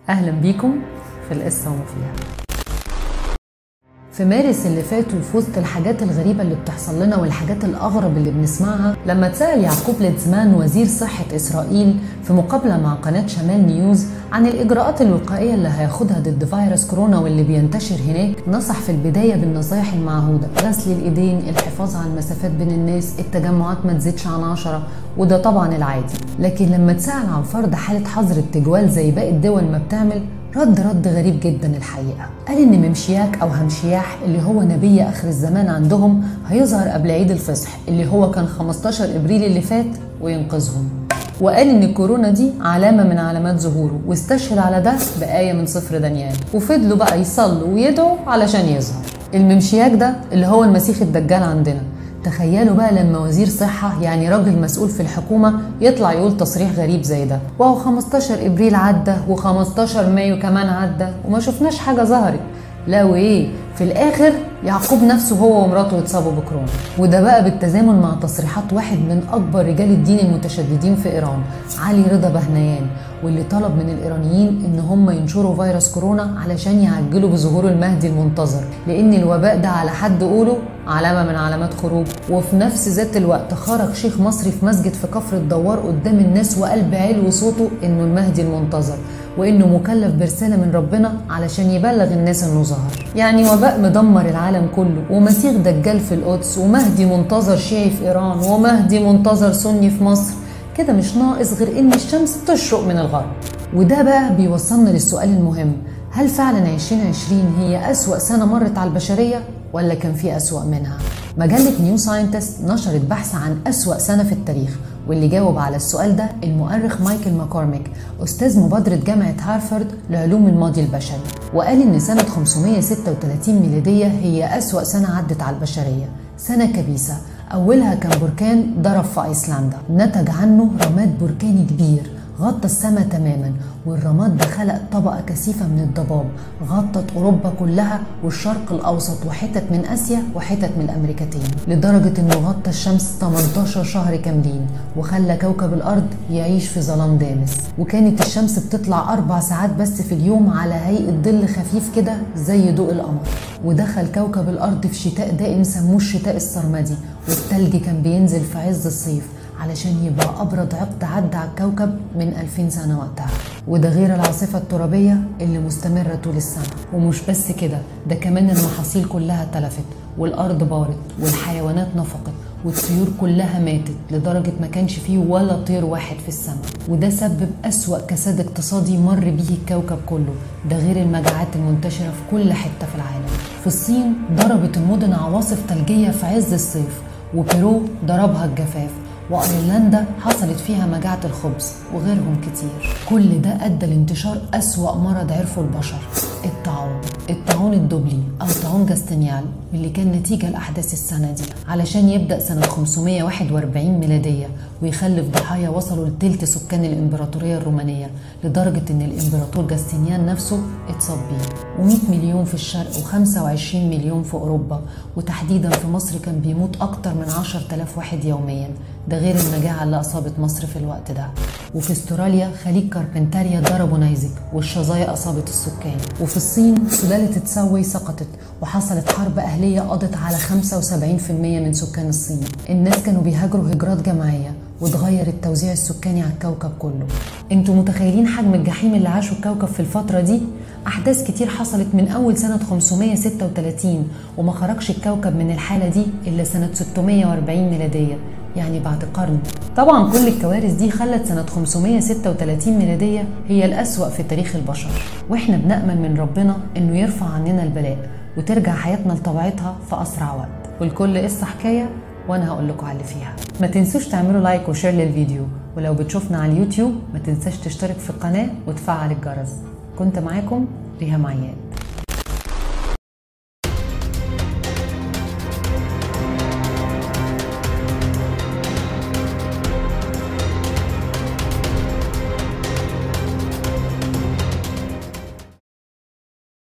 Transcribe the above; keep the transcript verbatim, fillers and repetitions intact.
أهلا بيكم في القصة وما فيها. في مارس اللي فات وفي وسط الحاجات الغريبة اللي بتحصل لنا والحاجات الأغرب اللي بنسمعها، لما اتسأل يعقوب ليتزمان وزير صحة إسرائيل في مقابلة مع قناة شمال نيوز عن الإجراءات الوقائية اللي هياخدها ضد فيروس كورونا واللي بينتشر هناك، نصح في البداية بالنصايح المعهودة: غسل الإيدين، الحفاظ على المسافات بين الناس، التجمعات ما تزيدش عن عشرة، وده طبعا العادي. لكن لما اتسأل عن فرض حالة حظر التجوال زي باقي الدول ما بتعمل، رد رد غريب جدا الحقيقة. قال إن ممشياك أو همشياح اللي هو نبي آخر الزمان عندهم هيظهر قبل عيد الفصح اللي هو كان خمستاشر إبريل اللي فات وينقذهم. وقال إن الكورونا دي علامة من علامات ظهوره، واستشهد على ده بآية من سفر دانيال، وفضلوا بقى يصلوا ويدعوا علشان يظهر. الممشياك ده اللي هو المسيح الدجال عندنا. تخيلوا بقى لما وزير صحة يعني راجل مسؤول في الحكومة يطلع يقول تصريح غريب زي ده، وهو خمستاشر إبريل عدى وخمستاشر مايو كمان عدى وما شفناش حاجة ظهرت. لا وإيه، في الآخر يعقوب نفسه هو ومراته اتصابوا بكورونا. وده بقى بالتزامن مع تصريحات واحد من أكبر رجال الدين المتشددين في إيران، علي رضا بهنيان، واللي طلب من الإيرانيين إن هم ينشروا فيروس كورونا علشان يعجلوا بظهور المهدي المنتظر، لأن الوباء ده على حد قوله علامة من علامات خروج. وفي نفس ذات الوقت خرج شيخ مصري في مسجد في كفر الدوار قدام الناس وقال بعلو صوته إنه المهدي المنتظر، وإنه مكلف برسالة من ربنا علشان يبلغ الناس إنه ظهر. يعني وباء مدمر العالم كله، ومسيح دجال في القدس، ومهدي منتظر شيعي في إيران، ومهدي منتظر سني في مصر. كده مش ناقص غير إن الشمس تشرق من الغرب. وده بقى بيوصلنا للسؤال المهم: هل فعلا عشرين عشرين هي أسوأ سنة مرت على البشرية ولا كان في أسوأ منها؟ مجلة نيو ساينتست نشرت بحث عن أسوأ سنة في التاريخ، واللي جاوب على السؤال ده المؤرخ مايكل ماكورميك، أستاذ مبادرة جامعة هارفارد لعلوم الماضي البشري، وقال إن سنة خمسمائة وستة وثلاثين ميلادية هي أسوأ سنة عدت على البشرية، سنة كبيسة. أولها كان بركان ضرب في أيسلندا، نتج عنه رماد بركاني كبير غطى السماء تماما، والرماد ده خلق طبقة كثيفة من الضباب غطت أوروبا كلها والشرق الأوسط وحتت من آسيا وحتت من الأمريكتين، لدرجة إنه غطى الشمس تمنتاشر شهر كاملين وخلى كوكب الأرض يعيش في ظلام دامس. وكانت الشمس بتطلع أربع ساعات بس في اليوم على هيئة ظل خفيف كده زي ضوء القمر. ودخل كوكب الأرض في شتاء دائم سموه الشتاء السرمدي، والتلج كان بينزل في عز الصيف علشان يبقى أبرد عقد عدى على الكوكب من ألفين سنة وقتها. وده غير العاصفة الترابية اللي مستمرة طول السنة. ومش بس كده، ده كمان المحاصيل كلها تلفت، والأرض بارت، والحيوانات نفقت، والطيور كلها ماتت، لدرجة ما كانش فيه ولا طير واحد في السماء. وده سبب أسوأ كساد اقتصادي مر به الكوكب كله، ده غير المجاعات المنتشرة في كل حتة في العالم. في الصين ضربت المدن عواصف ثلجية في عز الصيف، وبيرو ضربها الجفاف، وأيرلندا حصلت فيها مجاعة الخبز، وغيرهم كتير. كل ده أدى لانتشار أسوأ مرض عرفه البشر، الطاعون الطاعون الدبلي أو طاعون جاستنيال، واللي كان نتيجة لأحداث السنة دي، علشان يبدأ سنة خمسمائة وواحد وأربعين ميلادية ويخلف ضحايا وصلوا لتلت سكان الإمبراطورية الرومانية، لدرجة إن الإمبراطور جاستنيان نفسه اتصاب بيه. ومئة مليون في الشرق وخمسة وعشرين مليون في أوروبا، وتحديدا في مصر كان بيموت أكتر من عشرة آلاف واحد يوميا، ده غير المجاعة اللي أصابت مصر في الوقت ده. وفي استراليا خليج كاربنتاريا ضربوا نيزك والشظايا أصابت السكان. وفي الصين سلالة تساوي سقطت، وحصلت حرب أهلية قضت على خمسة وسبعين بالمئة من سكان الصين. الناس كانوا بيهاجروا هجرات جماعية، وتغير التوزيع السكاني على الكوكب كله. انتوا متخيلين حجم الجحيم اللي عاشوا الكوكب في الفترة دي؟ أحداث كتير حصلت من أول سنة خمسمائة وستة وثلاثين، وما خرجش الكوكب من الحالة دي إلا سنة ستمائة وأربعين ميلادية، يعني بعد قرن. طبعا كل الكوارث دي خلت سنة خمسمائة وستة وثلاثين ميلادية هي الأسوأ في تاريخ البشر. واحنا بنأمل من ربنا إنه يرفع عننا البلاء وترجع حياتنا لطبيعتها في أسرع وقت. والكل قصة حكاية وانا هقول لكم على اللي فيها. ما تنسوش تعملوا لايك وشير للفيديو، ولو بتشوفنا على اليوتيوب ما تنساش تشترك في القناة وتفعل الجرس. كنت معاكم ريهام عياد.